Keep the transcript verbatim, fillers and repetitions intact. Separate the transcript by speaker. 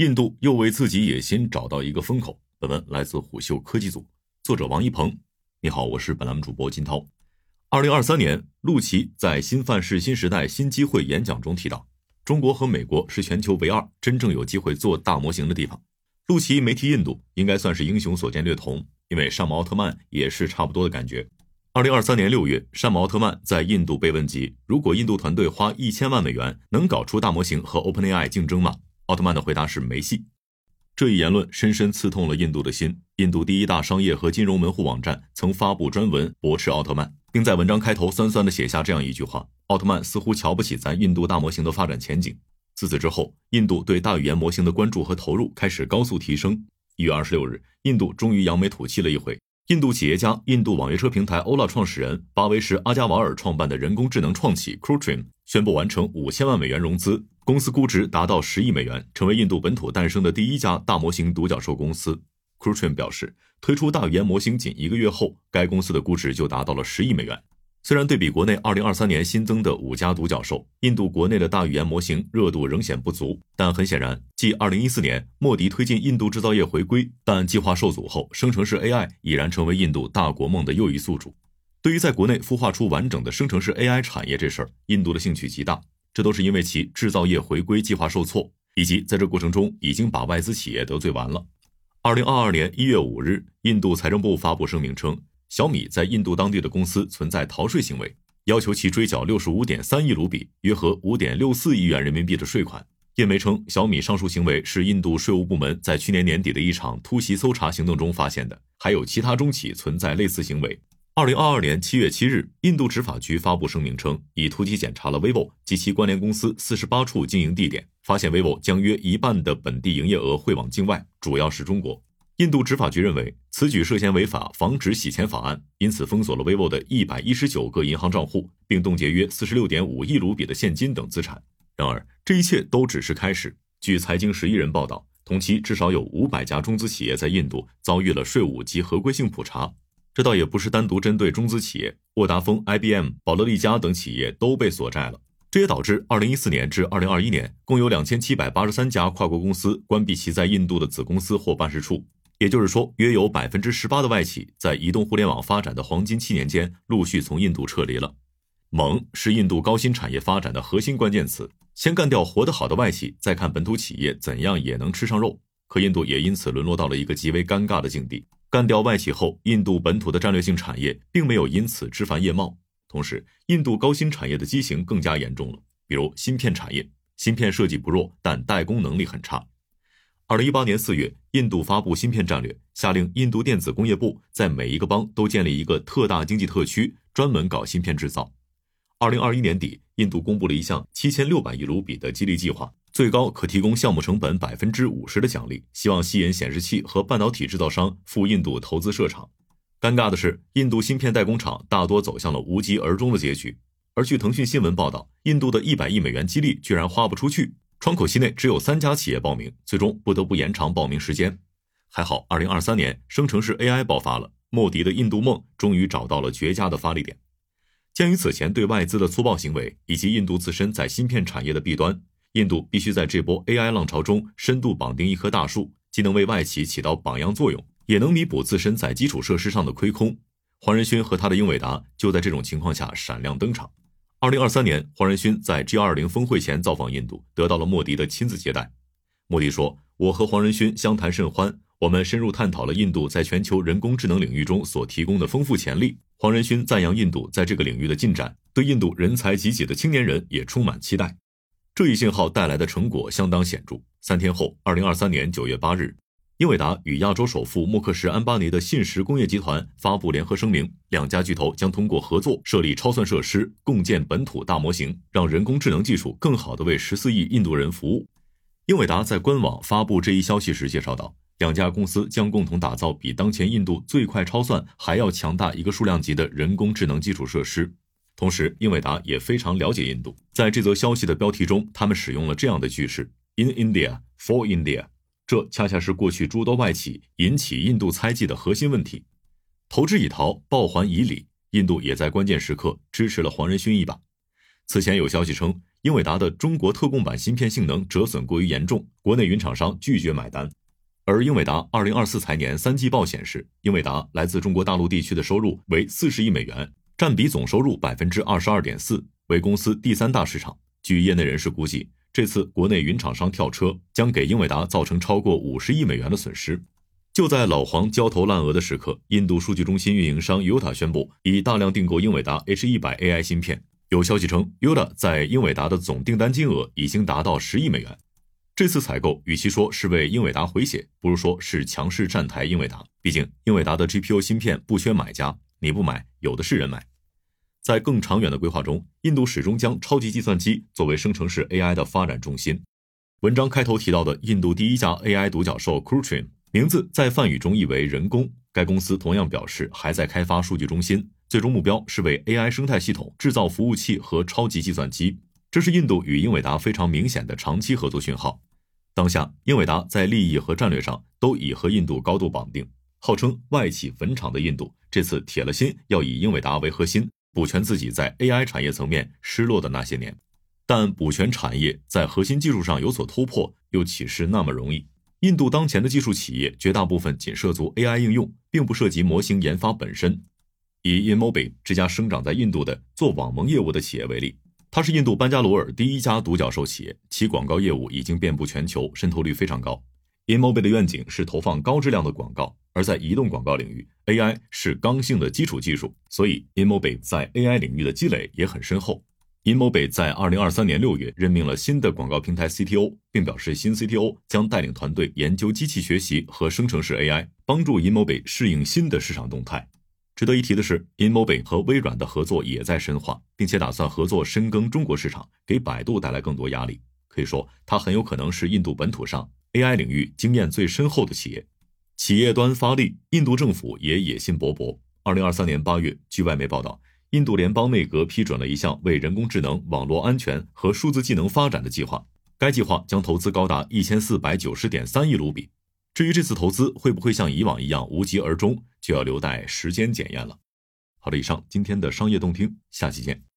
Speaker 1: 印度又为自己野心找到一个风口。本文来自虎嗅科技组，作者王一鹏。你好，我是本栏目主播金涛。二零二三年，陆奇在新范式新时代新机会演讲中提到，中国和美国是全球唯二真正有机会做大模型的地方。陆奇没提印度，应该算是英雄所见略同，因为山姆奥特曼也是差不多的感觉。二零二三年六月，山姆奥特曼在印度被问及，如果印度团队花一千万美元能搞出大模型和 OpenAI 竞争吗？奥特曼的回答是没戏。这一言论深深刺痛了印度的心。印度第一大商业和金融门户网站曾发布专文驳斥奥特曼，并在文章开头酸酸地写下这样一句话：奥特曼似乎瞧不起咱印度大模型的发展前景。自此之后，印度对大语言模型的关注和投入开始高速提升。一月二十六日，印度终于扬眉吐气了一回。印度企业家、印度网约车平台 Ola 创始人巴维什·阿加瓦尔创办的人工智能创企 Crutrim 宣布完成五千万美元融资，公司估值达到十亿美元，成为印度本土诞生的第一家大模型独角兽公司。Crutrim 表示，推出大语言模型仅一个月后，该公司的估值就达到了十亿美元。虽然对比国内二零二三年新增的五家独角兽，印度国内的大语言模型热度仍显不足，但很显然，继二零一四年莫迪推进印度制造业回归，但计划受阻后，生成式 A I 已然成为印度大国梦的又一宿主。对于在国内孵化出完整的生成式 A I 产业这事儿，印度的兴趣极大，这都是因为其制造业回归计划受挫，以及在这过程中已经把外资企业得罪完了。二零二二年一月五日，印度财政部发布声明称，小米在印度当地的公司存在逃税行为，要求其追缴 六十五点三亿卢比，约合 五点六四亿元人民币的税款。印媒称，小米上述行为是印度税务部门在去年年底的一场突袭搜查行动中发现的，还有其他中企存在类似行为。二零二二年七月七日，印度执法局发布声明称，已突击检查了 vivo 及其关联公司四十八处经营地点，发现 vivo 将约一半的本地营业额汇往境外，主要是中国。印度执法局认为，此举涉嫌违法防止洗钱法案，因此封锁了 vivo 的一百一十九个银行账户，并冻结约 四十六点五亿卢比的现金等资产。然而，这一切都只是开始。据财经十一人报道，同期至少有五百家中资企业在印度遭遇了税务及合规性普查。这倒也不是单独针对中资企业，沃达丰、I B M、宝乐利家等企业都被锁债了。这也导致二零一四年至二零二一年，共有两千七百八十三家跨国公司关闭其在印度的子公司或办事处。也就是说，约有 百分之十八 的外企在移动互联网发展的黄金七年间陆续从印度撤离了。猛是印度高新产业发展的核心关键词，先干掉活得好的外企，再看本土企业怎样也能吃上肉。可印度也因此沦落到了一个极为尴尬的境地，干掉外企后，印度本土的战略性产业并没有因此枝繁叶茂，同时印度高新产业的畸形更加严重了，比如芯片产业，芯片设计不弱，但代工能力很差。二零一八年四月，印度发布芯片战略，下令印度电子工业部在每一个邦都建立一个特大经济特区，专门搞芯片制造。二零二一年底，印度公布了一项七千六百亿卢比的激励计划，最高可提供项目成本 百分之五十 的奖励，希望吸引显示器和半导体制造商赴印度投资设厂。尴尬的是，印度芯片代工厂大多走向了无疾而终的结局。而据腾讯新闻报道，印度的一百亿美元激励居然花不出去，窗口期内只有三家企业报名，最终不得不延长报名时间。还好二零二三年生成式 A I 爆发了，莫迪的印度梦终于找到了绝佳的发力点。鉴于此前对外资的粗暴行为，以及印度自身在芯片产业的弊端，印度必须在这波 A I 浪潮中深度绑定一棵大树，既能为外企起到榜样作用，也能弥补自身在基础设施上的亏空。黄仁勋和他的英伟达就在这种情况下闪亮登场。二零二三年，黄仁勋在 G二十 峰会前造访印度，得到了莫迪的亲自接待。莫迪说，我和黄仁勋相谈甚欢，我们深入探讨了印度在全球人工智能领域中所提供的丰富潜力。黄仁勋赞扬印度在这个领域的进展，对印度人才济济的青年人也充满期待。这一信号带来的成果相当显著。三天后，二零二三年九月八日，英伟达与亚洲首富默克什·安巴尼的信实工业集团发布联合声明，两家巨头将通过合作设立超算设施，共建本土大模型，让人工智能技术更好地为十四亿印度人服务。英伟达在官网发布这一消息时介绍到，两家公司将共同打造比当前印度最快超算还要强大一个数量级的人工智能基础设施。同时，英伟达也非常了解印度，在这则消息的标题中，他们使用了这样的句式 In India, for India， 这恰恰是过去诸多外企引起印度猜忌的核心问题。投之以桃，报还以礼，印度也在关键时刻支持了黄仁勋一把。此前有消息称， 英伟达的中国特供版芯片性能折损过于严重，国内云厂商拒绝买单。而英伟达二零二四财年三季报显示，英伟达来自中国大陆地区的收入为四十亿美元，占比总收入 百分之二十二点四， 为公司第三大市场。据业内人士估计，这次国内云厂商跳车将给英伟达造成超过五十亿美元的损失。就在老黄焦头烂额的时刻，印度数据中心运营商 U T A 宣布已大量订购英伟达 H 一百 A I 芯片。有消息称 U T A 在英伟达的总订单金额已经达到十亿美元。这次采购与其说是为英伟达回血，不如说是强势站台英伟达。毕竟英伟达的 G P U 芯片不缺买家，你不买，有的是人买。在更长远的规划中，印度始终将超级计算机作为生成式 A I 的发展重心。文章开头提到的印度第一家 A I 独角兽 Krutin， 名字在梵语中意为人工。该公司同样表示还在开发数据中心，最终目标是为 A I 生态系统制造服务器和超级计算机。这是印度与英伟达非常明显的长期合作讯号。当下，英伟达在利益和战略上都已和印度高度绑定。号称外企坟场的印度，这次铁了心要以英伟达为核心，补全自己在 A I 产业层面失落的那些年。但补全产业在核心技术上有所突破，又岂是那么容易？印度当前的技术企业绝大部分仅涉足 A I 应用，并不涉及模型研发本身。以 InMobi 这家生长在印度的做网盟业务的企业为例，它是印度班加罗尔第一家独角兽企业，其广告业务已经遍布全球，渗透率非常高。InMobi 的愿景是投放高质量的广告，而在移动广告领域 A I 是刚性的基础技术，所以 InMobi 在 A I 领域的积累也很深厚。InMobi 在二零二三年六月任命了新的广告平台 C T O， 并表示新 C T O 将带领团队研究机器学习和生成式 A I， 帮助 InMobi 适应新的市场动态。值得一提的是 InMobi 和微软的合作也在深化，并且打算合作深耕中国市场，给百度带来更多压力。可以说它很有可能是印度本土上 A I 领域经验最深厚的企业。企业端发力，印度政府也野心勃勃。二零二三年八月，据外媒报道，印度联邦内阁批准了一项为人工智能、网络安全和数字技能发展的计划，该计划将投资高达 一千四百九十点三亿卢比。至于这次投资会不会像以往一样无疾而终，就要留待时间检验了。好的，以上今天的商业动听，下期见。